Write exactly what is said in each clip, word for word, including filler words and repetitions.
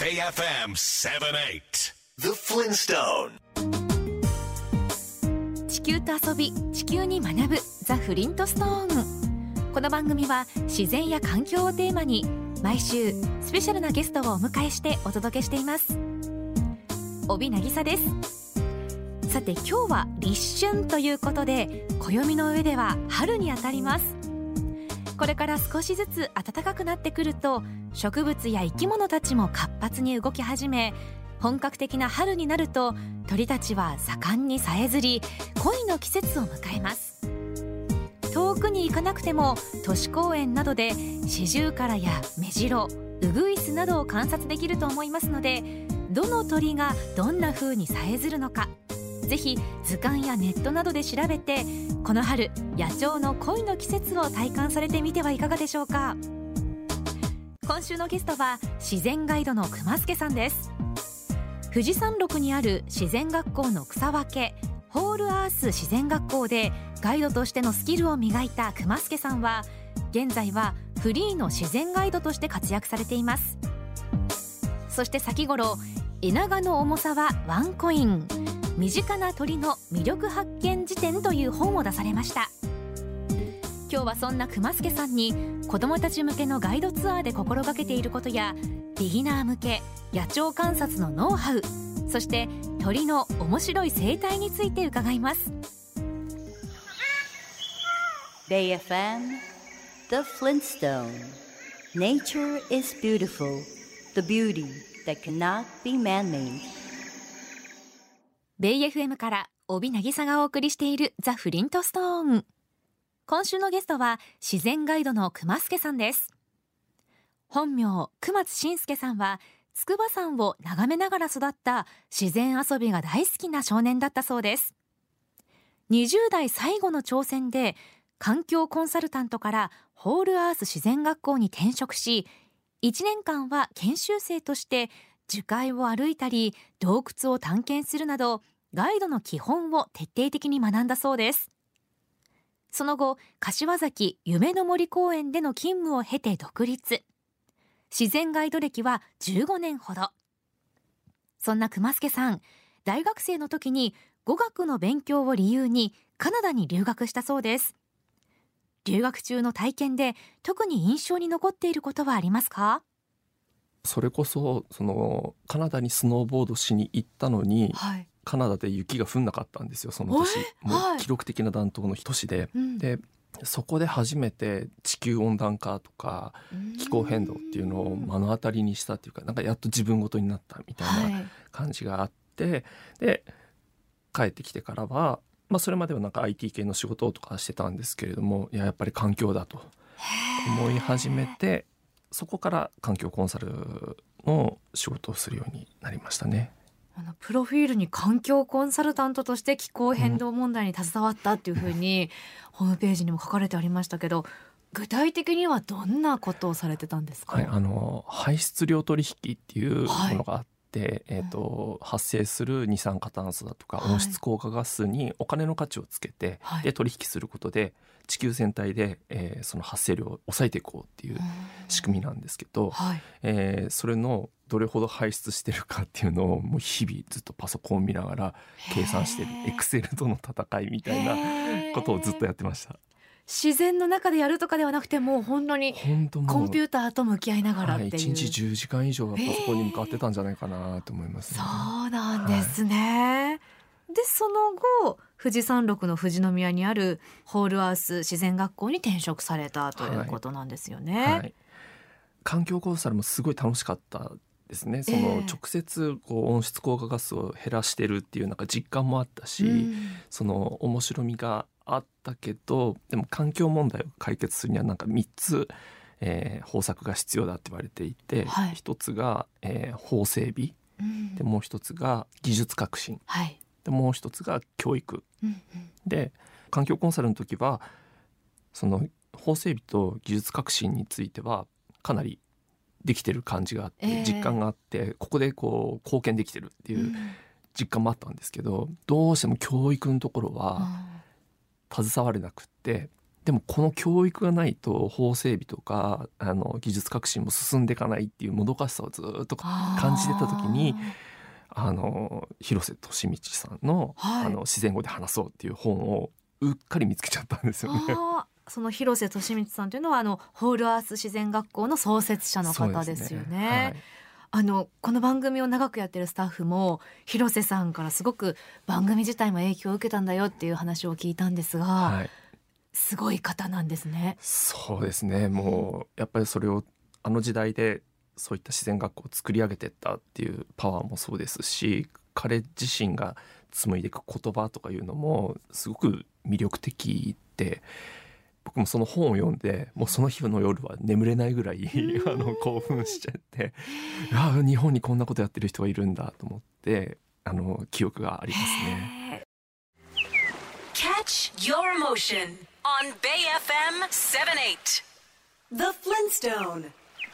エーエフエム セブンティーエイト The Flintstone。 地球と遊び、地球に学ぶザ・フリントストーン。この番組は自然や環境をテーマに毎週スペシャルなゲストをお迎えしてお届けしています。帯渚です。さて今日は立春ということで、暦の上では春にあたります。これから少しずつ暖かくなってくると、植物や生き物たちも活発に動き始め、本格的な春になると鳥たちは盛んにさえずり、恋の季節を迎えます。遠くに行かなくても都市公園などでシジュウカラやメジロ、ウグイスなどを観察できると思いますので、どの鳥がどんな風にさえずるのか、ぜひ図鑑やネットなどで調べて、この春野鳥の恋の季節を体感されてみてはいかがでしょうか。今週のゲストは自然ガイドの熊助さんです。富士山麓にある自然学校の草分けホールアース自然学校でガイドとしてのスキルを磨いた熊助さんは、現在はフリーの自然ガイドとして活躍されています。そして先頃、エナガの重さはワンコイン、身近な鳥の魅力発見辞典という本を出されました。今日はそんな熊助さんに子どもたち向けのガイドツアーで心がけていることや、ビギナー向け野鳥観察のノウハウ、そして鳥の面白い生態について伺います。 ベイエフエム The Flintstone. Nature is beautiful. The beauty that cannot be man-made. ベイ エフエム から帯渚がお送りしているザ・フリントストーン。今週のゲストは自然ガイドの熊助さんです。本名熊津信介さんは筑波山を眺めながら育った自然遊びが大好きな少年だったそうです。にじゅう代最後の挑戦で環境コンサルタントからホールアース自然学校に転職し、いちねんかんは研修生として樹海を歩いたり洞窟を探検するなど、ガイドの基本を徹底的に学んだそうです。その後、柏崎夢の森公園での勤務を経て独立。自然ガイド歴はじゅうごねんほど。そんな熊助さん、大学生の時に語学の勉強を理由にカナダに留学したそうです。留学中の体験で特に印象に残っていることはありますか？ それこそ、そのカナダにスノーボードしに行ったのに、はい、カナダで雪が降んなかったんですよ、その年。もう記録的な暖冬の年で、はい、でそこで初めて地球温暖化とか気候変動っていうのを目の当たりにしたっていうか、なんかやっと自分ごとになったみたいな感じがあって、はい、で帰ってきてからは、まあ、それまではなんか アイティー 系の仕事とかしてたんですけれども、いや、やっぱり環境だと思い始めて、そこから環境コンサルの仕事をするようになりましたね。 あのプロフィールに環境コンサルタントとして気候変動問題に携わったっていうふうに、うん、ホームページにも書かれてありましたけど、具体的にはどんなことをされてたんですか？ はい、あの排出量取引っていうものがあって、はい、えーとうん、発生する二酸化炭素だとか温室効果ガスにお金の価値をつけて、はい、で取引することで地球全体で、えー、その発生量を抑えていこうっていう仕組みなんですけど、はい、えー、それのどれほど排出してるかっていうのをもう日々ずっとパソコンを見ながら計算してるエクセルとの戦いみたいなことをずっとやってました。 自然の中でやるとかではなくて、もう本当にコンピューターと向き合いながらっていう、はい、いちにちじゅうじかん以上はパソコンに向かってたんじゃないかなと思いますね。そうなんですね、はい、でその後富士山麓の富士宮にあるホールアース自然学校に転職されたということなんですよね。はいはい、 環境コンサルもすごい楽しかったですね。その直接こう温室効果ガスを減らしてるっていうなんか実感もあったし、うん、その面白みがあったけど、でも環境問題を解決するにはなんかみっつ、えー、方策が必要だって言われていて、はい、ひとつが、えー、法整備、うん、でもうひとつが技術革新、はい、でもうひとつが教育、うんうん、で環境コンサルの時はその法整備と技術革新についてはかなりできてる感じがあって、えー、実感があって、ここでこう貢献できてるっていう実感もあったんですけど、どうしても教育のところは携われなくって、 でもこの教育がないと法整備とかあの技術革新も進んでいかないっていうもどかしさをずっと感じてた時にあの広瀬俊道さんの、はい、あの自然語で話そうっていう本をうっかり見つけちゃったんですよね。 その広瀬俊道さんというのはあのホールアース自然学校の創設者の方ですよね。ね、はい、あのこの番組を長くやってるスタッフも広瀬さんからすごく番組自体も影響を受けたんだよっていう話を聞いたんですが、はい、すごい方なんですね。 そうですね。もうやっぱりそれをあの時代でそういった自然学校を作り上げていったっていうパワーもそうですし、彼自身が紡いでいく言葉とかいうのもすごく魅力的で、僕もその本を読んでもうその日の夜は眠れないぐらいあの興奮しちゃってあ日本にこんなことやってる人がいるんだと思ってあの記憶がありますね。 Catch your emotion on Bay エフエム セブンエイト The Flintstone。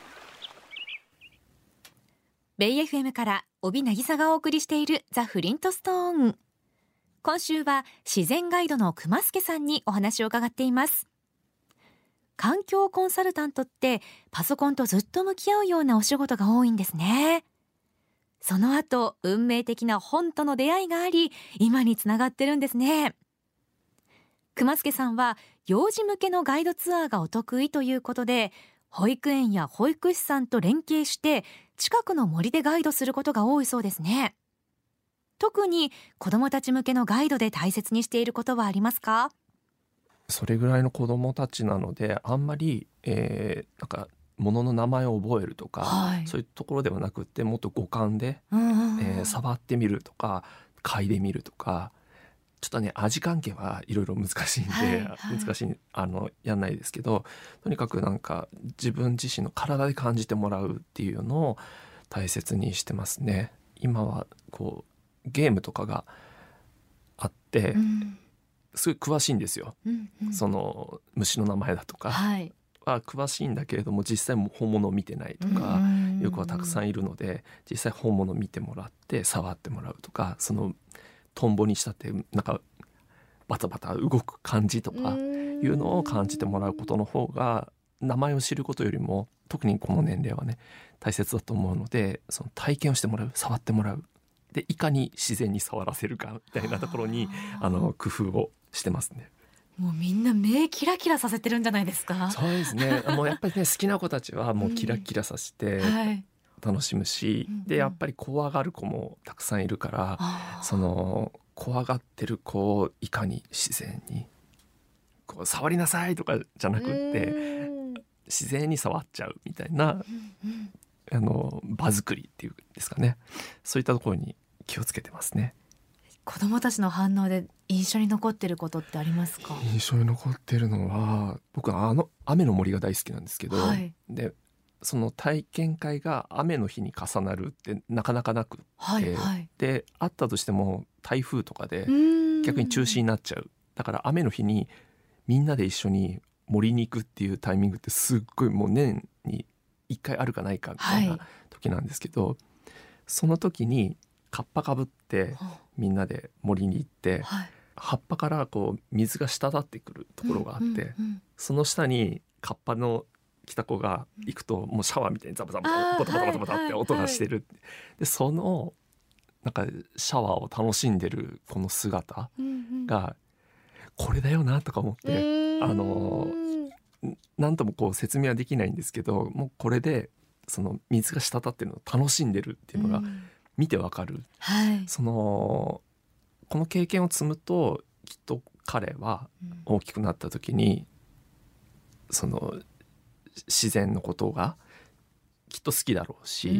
ベイ エフエム から帯渚がお送りしているザ・フリントストーン。今週は自然ガイドの熊助さんにお話を伺っています。環境コンサルタントってパソコンとずっと向き合うようなお仕事が多いんですね。その後運命的な本との出会いがあり今につながってるんですね。熊助さんは幼児向けのガイドツアーがお得意ということで保育園や保育士さんと連携して近くの森でガイドすることが多いそうですね。特に子どもたち向けのガイドで大切にしていることはありますか？ それぐらいの子どもたちなのであんまり、えー、なんか物の名前を覚えるとか、はい、そういうところではなくってもっと五感で、うんうんえー、触ってみるとか嗅いでみるとかちょっとね味関係はいろいろ難しいんで、はいはい、難しいあのやんないですけどとにかくなんか自分自身の体で感じてもらうっていうのを大切にしてますね。今はこうゲームとかがあって、うんすごい詳しいんですよ、うんうん、その虫の名前だとかは詳しいんだけれども実際本物を見てないとかいう子はたくさんいるので実際本物を見てもらって触ってもらうとかそのトンボにしたってなんかバタバタ動く感じとかいうのを感じてもらうことの方が名前を知ることよりも特にこの年齢はね大切だと思うのでその体験をしてもらう触ってもらうでいかに自然に触らせるかみたいなところにあの工夫をしてますね。 もうみんな目キラキラさせてるんじゃないですか？ そうですね。もうやっぱりね好きな子たちはもうキラキラさせて楽しむし、うんはい、でやっぱり怖がる子もたくさんいるから、うん、その怖がってる子をいかに自然にこう触りなさいとかじゃなくって自然に触っちゃうみたいな、うんうん、あの場作りっていうんですかねそういったところに気をつけてますね。 子どもたちの反応で印象に残ってることってありますか？ 印象に残ってるのは僕はあの雨の森が大好きなんですけど、はい、でその体験会が雨の日に重なるってなかなかなくって、はいはい、であったとしても台風とかで逆に中止になっちゃう。だから雨の日にみんなで一緒に森に行くっていうタイミングってすっごいもう年にいっかいあるかないかみたいな時なんですけど、はい、その時にカッパかぶってみんなで森に行って、はい、葉っぱからこう水が滴ってくるところがあって、うんうんうん、その下にカッパの着た子が行くともうシャワーみたいにザバザババタバタバタバタって音がしてる、はいはいはい、でそのなんかシャワーを楽しんでるこの姿がこれだよなとか思って、うんうん、あの何ともこう説明はできないんですけどもうこれでその水が滴ってるのを楽しんでるっていうのが、うん見てわかる、はい、そのこの経験を積むときっと彼は大きくなった時に、うん、その自然のことがきっと好きだろうし、うん、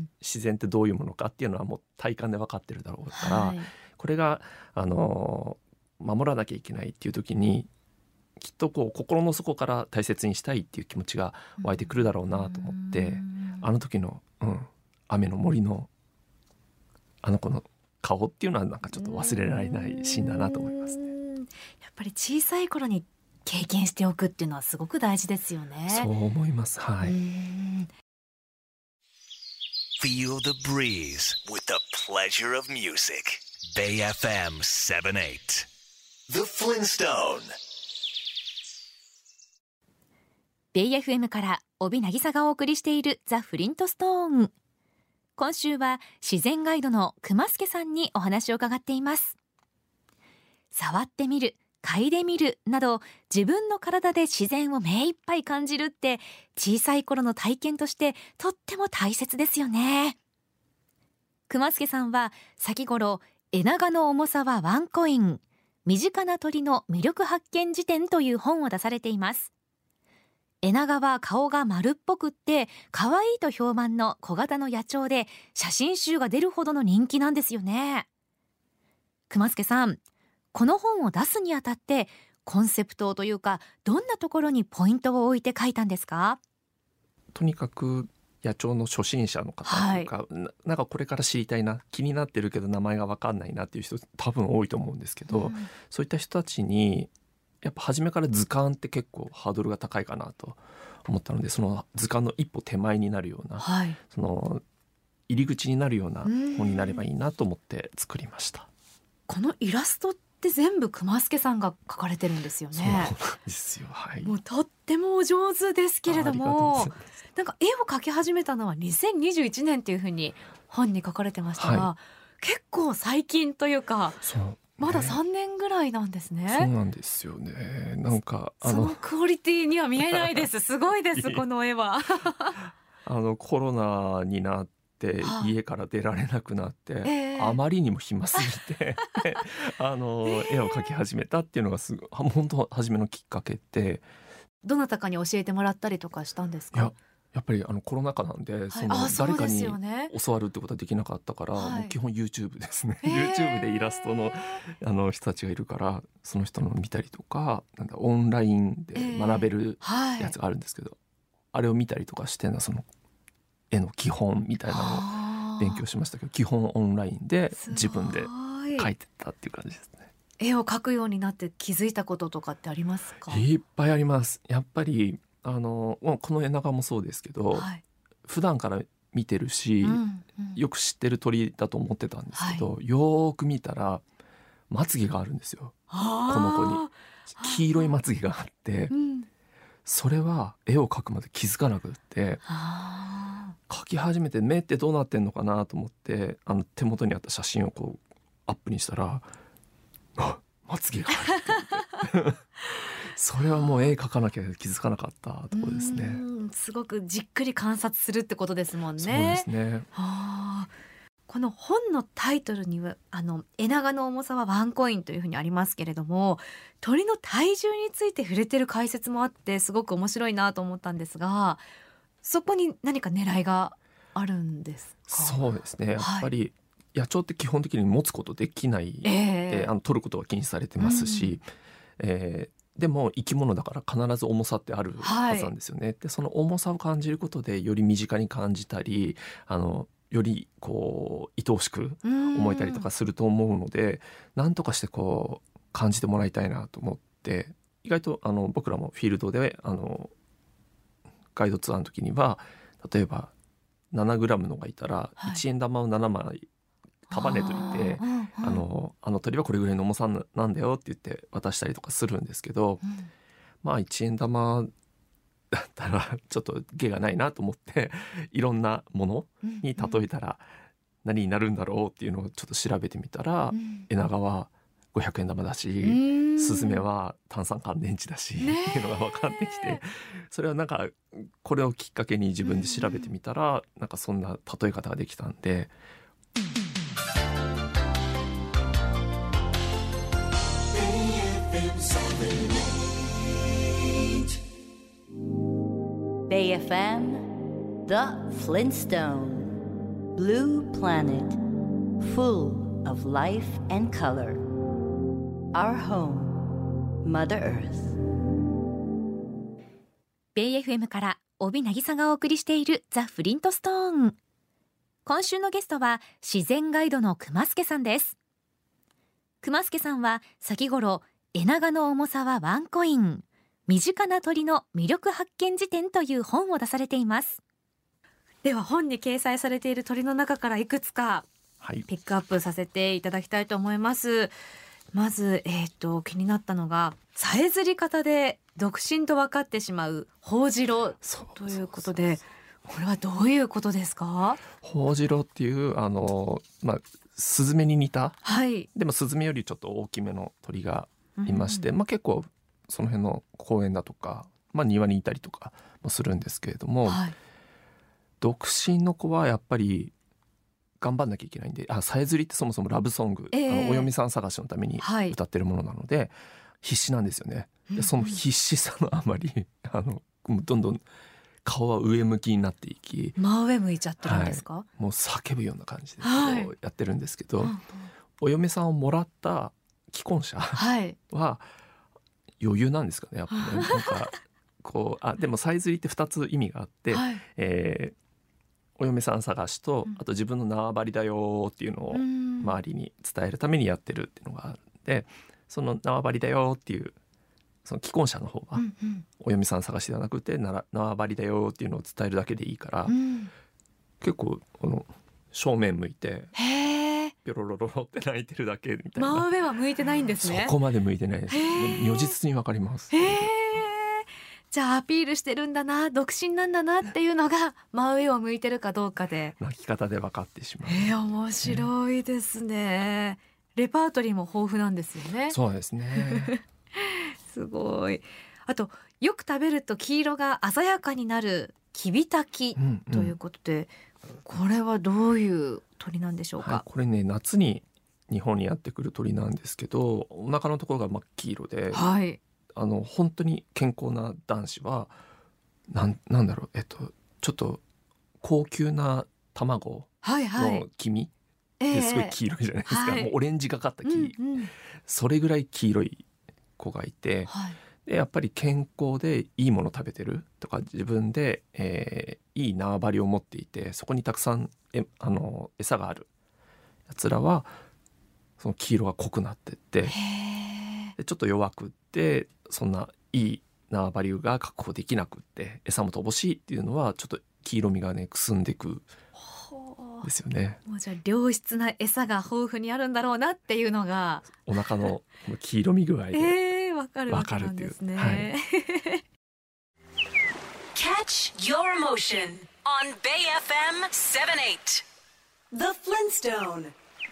自然ってどういうものかっていうのはもう体感で分かってるだろうから、はい、これがあの守らなきゃいけないっていう時にきっとこう心の底から大切にしたいっていう気持ちが湧いてくるだろうなと思って、うん、あの時の、うん、雨の森のあの子の顔っていうのはなんかちょっと忘れられないシーンだなと思いますね。 やっぱり小さい頃に経験しておくっていうのはすごく大事ですよね。 そう思います。はい。 Feel the breeze with the pleasure of music. Bay エフエム セブンエイト The Flintstone ベイ エフエム から帯渚がお送りしているザ・フリントストーン。今週は自然ガイドの熊助さんにお話を伺っています。触ってみる、嗅いでみるなど、自分の体で自然を目いっぱい感じるって小さい頃の体験としてとっても大切ですよね。熊助さんは先頃、エナガの重さはワンコイン、身近な鳥の魅力発見辞典という本を出されています。エナガは顔が丸っぽくって可愛いと評判の小型の野鳥で、写真集が出るほどの人気なんですよね。熊助さん、この本を出すにあたってコンセプトというか、どんなところにポイントを置いて書いたんですか？ とにかく野鳥の初心者の方というか、はい、な, なんかこれから知りたいな、気になってるけど名前が分かんないなっていう人多分多いと思うんですけど、うん、そういった人たちにやっぱ初めから図鑑って結構ハードルが高いかなと思ったので、その図鑑の一歩手前になるような、はい、その入り口になるような本になればいいなと思って作りました。このイラストって全部熊助さんが描かれてるんですよね。 そうなんですよ、はい、 もうとってもお上手ですけれども、なんか絵を描き始めたのはにせんにじゅういちねんっていうふうに本に書かれてましたが、はい、結構最近というか、そうね、まださんねんぐらいなんですね。 そうなんですよね。なんかあのそのクオリティには見えないですすごいですこの絵はあのコロナになって家から出られなくなって、はあえー、あまりにも暇すぎてあの、えー、絵を描き始めたっていうのがすご本当初めのきっかけで、 どなたかに教えてもらったりとかしたんですか？ いややっぱりあのコロナ禍なんで、はい、その誰かに教わるってことはできなかったから、はい、もう基本 YouTube ですね、えー、YouTube でイラストの、あの人たちがいるから、その人の見たりとか、なんだオンラインで学べるやつがあるんですけど、えーはい、あれを見たりとかしてその絵の基本みたいなのを勉強しましたけど、基本オンラインで自分で描いてたっていう感じですね。 絵を描くようになって気づいたこととかってありますか？ いっぱいあります。やっぱりあのこのエナガもそうですけど、はい、普段から見てるし、うんうん、よく知ってる鳥だと思ってたんですけど、はい、よく見たらまつげがあるんですよ。この子に黄色いまつげがあって、うん、それは絵を描くまで気づかなくって、描き始めて目ってどうなってんのかなと思って、あの手元にあった写真をこうアップにしたら、あ、まつげがあるってそれはもう絵描かなきゃ気づかなかったところですね。 うん、すごくじっくり観察するってことですもんね。 そうですね。 はあ、この本のタイトルにはあのエナガの重さはワンコインというふうにありますけれども、鳥の体重について触れてる解説もあってすごく面白いなと思ったんですが、そこに何か狙いがあるんですか？ そうですね、やっぱり、はい、野鳥って基本的に持つことできないで、えー、あの取ることは禁止されてますし、うんえーでも生き物だから必ず重さってあるはずなんですよね、はい、でその重さを感じることでより身近に感じたり、あのよりこう愛おしく思えたりとかすると思うので、なんとかしてこう感じてもらいたいなと思って、意外とあの僕らもフィールドであのガイドツアーの時には、例えばななグラムのがいたらいちえん玉をななまい束ねといて、あ, あのあの鳥はこれぐらいの重さなんだよって言って渡したりとかするんですけど、うん、まあいちえん玉だったらちょっと芸がないなと思っていろんなものに例えたら何になるんだろうっていうのをちょっと調べてみたら、うん、エナガはごひゃくえん玉だし、スズメは炭酸乾電池だし、ね、っていうのが分かってきて、それはなんかこれをきっかけに自分で調べてみたら、うん、なんかそんな例え方ができたんで、 Bay エフエム The Flintstone Blue Planet Full of Life and Color Our Home Mother Earth。 ベイ エフエム から帯渚がお送りしているザ・フリントストーン。今週のゲストは自然ガイドの熊助さんです。熊助さんは先頃エナガの重さはワンコイン、身近な鳥の魅力発見辞典という本を出されています。では本に掲載されている鳥の中からいくつかピックアップさせていただきたいと思います。まず、えーと、気になったのがさえずり方で独身と分かってしまうホウジロということで、これはどういうことですか？ ホウジロっていうあの、まあ、スズメに似た、 はい、 でもスズメよりちょっと大きめの鳥がいまして、 うんまあ、結構その辺の公園だとか、まあ、庭にいたりとかもするんですけれども、 はい、 独身の子はやっぱり頑張んなきゃいけないんで、あ、さえずりってそもそもラブソング、 えー、 あのお嫁さん探しのために歌ってるものなので、はい、必死なんですよね。でその必死さのあまりあのもうどんどん顔は上向きになっていき、 真上向いちゃってるんですか？ はい、もう叫ぶような感じではいこうやってるんですけど、 うんうん、 お嫁さんをもらった既婚者は余裕なんですかね、やっぱね。なんかこうあでもさえずりってふたつ意味があって、はい、えー、お嫁さん探しと、あと自分の縄張りだよっていうのを周りに伝えるためにやってるっていうのがあるんで、その縄張りだよっていうその既婚者の方は、うんうん、お嫁さん探しではなくて縄張りだよっていうのを伝えるだけでいいから、うん、結構この正面向いてピョロロロロって泣いてるだけみたいな。 真上は向いてないんですね。 そこまで向いてないです。如実にわかります。 へー、じゃあアピールしてるんだな、独身なんだなっていうのが真上を向いてるかどうかで泣き方で分かってしまう。 えー、面白いですね。レパートリーも豊富なんですよね。 そうですねすごい。あとよく食べると黄色が鮮やかになるキビタキということで、うんうん、これはどういう鳥なんでしょうか？ はい、これね、夏に日本にやってくる鳥なんですけど、お腹のところが真っ黄色で、はい、あの本当に健康な男子はなん、なんだろう、えっとちょっと高級な卵の黄身、はいはい、ですごい黄色いじゃないですか、えー、もうオレンジがかった黄、うんうん、それぐらい黄色い子がいて、はい、でやっぱり健康でいいもの食べてるとか、自分で、えー、いい縄張りを持っていて、そこにたくさんえあの餌があるやつらはその黄色が濃くなってって、でちょっと弱くって、そんないい縄張りが確保できなくって餌も乏しいっていうのは、ちょっと黄色みがねくすんでいくですよね。 もうじゃあ良質な餌が豊富にあるんだろうなっていうのがお腹の黄色み具合で、 えー、分かるわけなんですね。はい、 Catch your motion on Bay エフエム セブンティーエイト The Flintstone。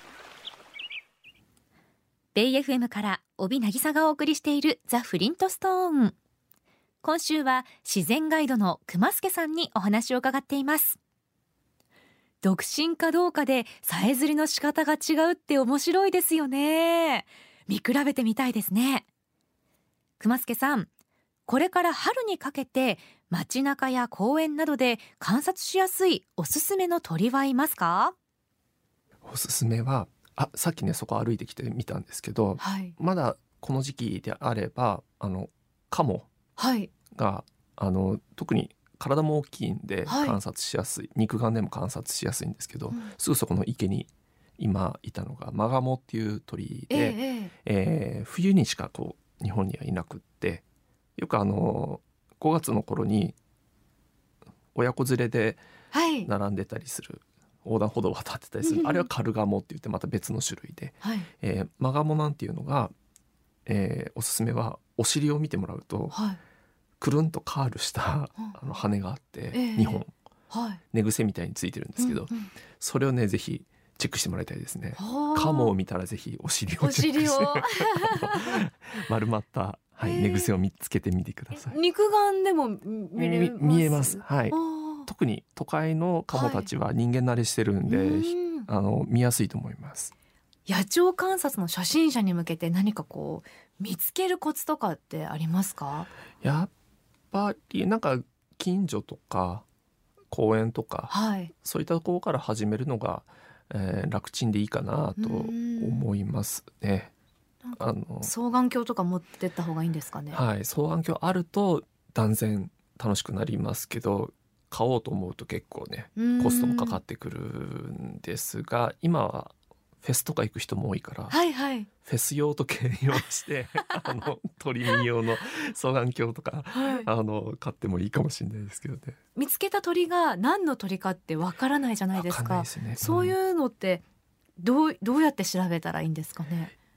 ベイ エフエム から帯渚がお送りしているザ・フリントストーン。今週は自然ガイドの熊助さんにお話を伺っています。独身かどうかでさえずりの仕方が違うって面白いですよね。見比べてみたいですね。熊助さん、これから春にかけて街中や公園などで観察しやすいおすすめの鳥はいますか？ おすすめはあさっきねそこ歩いてきてみたんですけど、はい、まだこの時期であればあのカモが、はい、あの特に体も大きいんで観察しやすい、はい、肉眼でも観察しやすいんですけど、うん、すぐそこの池に今いたのがマガモっていう鳥で、えーえー、冬にしかこう日本にはいなくって、よくあのごがつの頃に親子連れで並んでたりする、はい、横断歩道を渡ってたりする、うん、あれはカルガモって言ってまた別の種類で、はい、えー、マガモなんていうのが、えー、おすすめはお尻を見てもらうと、はい、くるんとカールしたあの羽があって、えー、にほん、はい、寝癖みたいについてるんですけど、うんうん、それをねぜひチェックしてもらいたいですね。カモを見たらぜひお尻をチェックして丸まった、はい、寝癖を見つけてみてください。 肉眼でも見れます？ 見えます、はい、特に都会のカモたちは人間慣れしてるんで、はい、あの見やすいと思います。 野鳥観察の初心者に向けて何かこう見つけるコツとかってありますか？ やっぱりなんか近所とか公園とか、はい、そういったところから始めるのが、えー、楽ちんでいいかなと思いますね。 あの双眼鏡とか持ってった方がいいんですかね？ はい、双眼鏡あると断然楽しくなりますけど、買おうと思うと結構ねコストもかかってくるんですが、今はフェスとか行く人も多いから、はいはい、フェス用と兼用してあの鳥見用の双眼鏡とか、はい、あの買ってもいいかもしれないですけどね。 見つけた鳥が何の鳥かってわからないじゃないですか。わかんないですね。そういうのってどう、どうやって調べたらいいんですかね？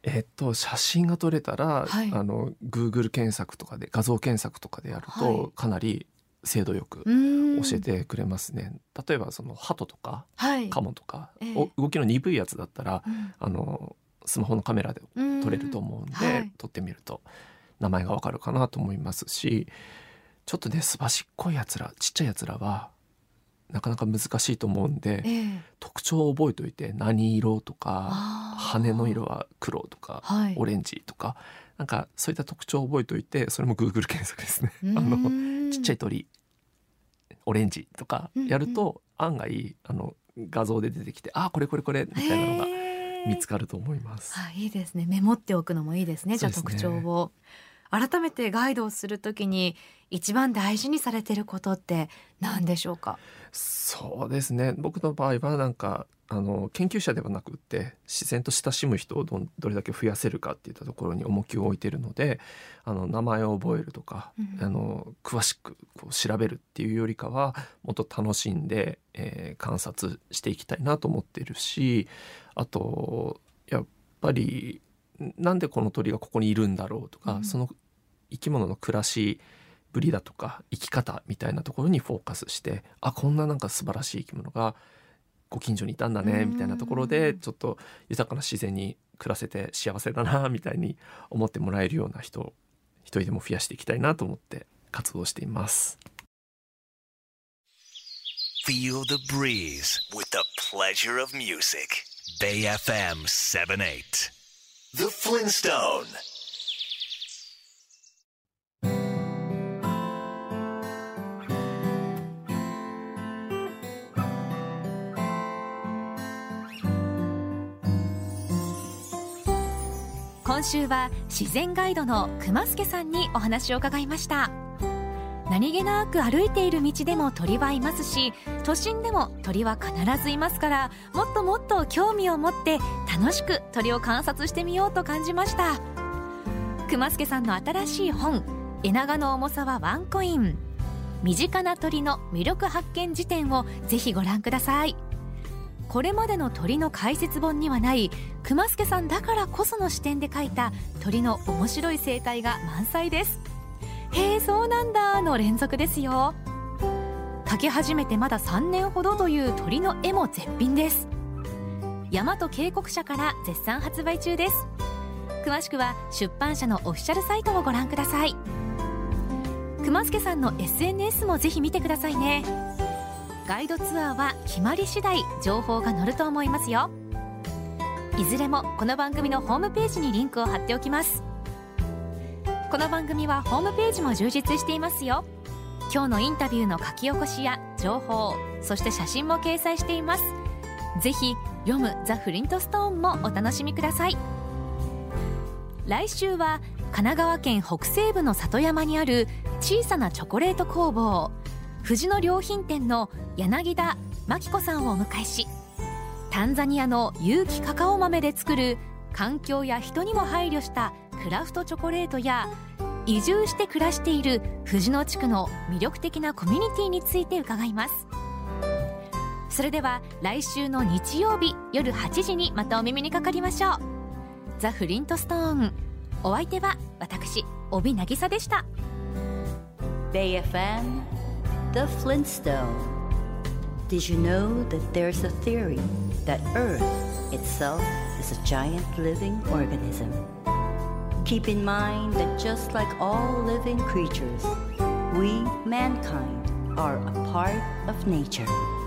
えっと、写真が撮れたら、 はい、 あの Google 検索とかで画像検索とかでやると、はい、かなり精度よく教えてくれますね。例えばその鳩とか、はい、カモとか、えー、動きの鈍いやつだったら、うん、あのスマホのカメラで撮れると思うんで、はい、撮ってみると名前がわかるかなと思いますし、ちょっとねすばしっこいやつら、ちっちゃいやつらはなかなか難しいと思うんで、えー、特徴を覚えておいて、何色とか羽の色は黒とか、はい、オレンジとか、なんかそういった特徴を覚えておいて、それも Google 検索ですねあのちっちゃい鳥オレンジとかやると、うんうん、案外あの画像で出てきて、あこれこれこれみたいなのが見つかると思います。 あ、いいですね。メモっておくのもいいですね。じゃあ特徴を改めてガイドをするときに一番大事にされていることって何でしょうか？ そうですね、僕の場合はなんかあの研究者ではなくって自然と親しむ人を ど, どれだけ増やせるかっていったところに重きを置いているので、あの名前を覚えるとか、うん、あの詳しくこう調べるっていうよりかはもっと楽しんで、えー、観察していきたいなと思っているし、あとやっぱりなんでこの鳥がここにいるんだろうとか、うん、その生き物の暮らしぶりだとか生き方みたいなところにフォーカスして、あこんななんか素晴らしい生き物がご近所にいたんだねみたいなところで、ちょっと豊かな自然に暮らせて幸せだなみたいに思ってもらえるような人一人でも増やしていきたいなと思って活動しています。 Feel the breeze with the pleasure of music. Bay エフエム セブンティーエイト The Flintstone。 今週は自然ガイドの熊助さんにお話を伺いました。何気なく歩いている道でも鳥はいますし、都心でも鳥は必ずいますから、もっともっと興味を持って楽しく鳥を観察してみようと感じました。熊助さんの新しい本、エナガの重さはワンコイン、身近な鳥の魅力発見辞典をぜひご覧ください。これまでの鳥の解説本にはない熊助さんだからこその視点で書いた鳥の面白い生態が満載です。へえそうなんだの連続ですよ。書き始めてまださんねんほどという鳥の絵も絶品です。大和渓谷社から絶賛発売中です。詳しくは出版社のオフィシャルサイトをご覧ください。熊助さんの エスエヌエス もぜひ見てくださいね。ガイドツアーは決まり次第情報が載ると思いますよ。いずれもこの番組のホームページにリンクを貼っておきます。この番組はホームページも充実していますよ。今日のインタビューの書き起こしや情報、そして写真も掲載しています。ぜひ読むザ・フリントストーンもお楽しみください。来週は神奈川県北西部の里山にある小さなチョコレート工房、藤野良品店の柳田真紀子さんをお迎えし、タンザニアの有機カカオ豆で作る環境や人にも配慮したクラフトチョコレートや、移住して暮らしている藤野地区の魅力的なコミュニティについて伺います。それでは来週の日曜日夜はちじにまたお耳にかかりましょう。ザ・フリントストーン、お相手は私帯渚でした。 Bay エフエムThe Flintstone. Did you know that there's a theory that Earth itself is a giant living organism? Keep in mind that just like all living creatures, we, mankind, are a part of nature.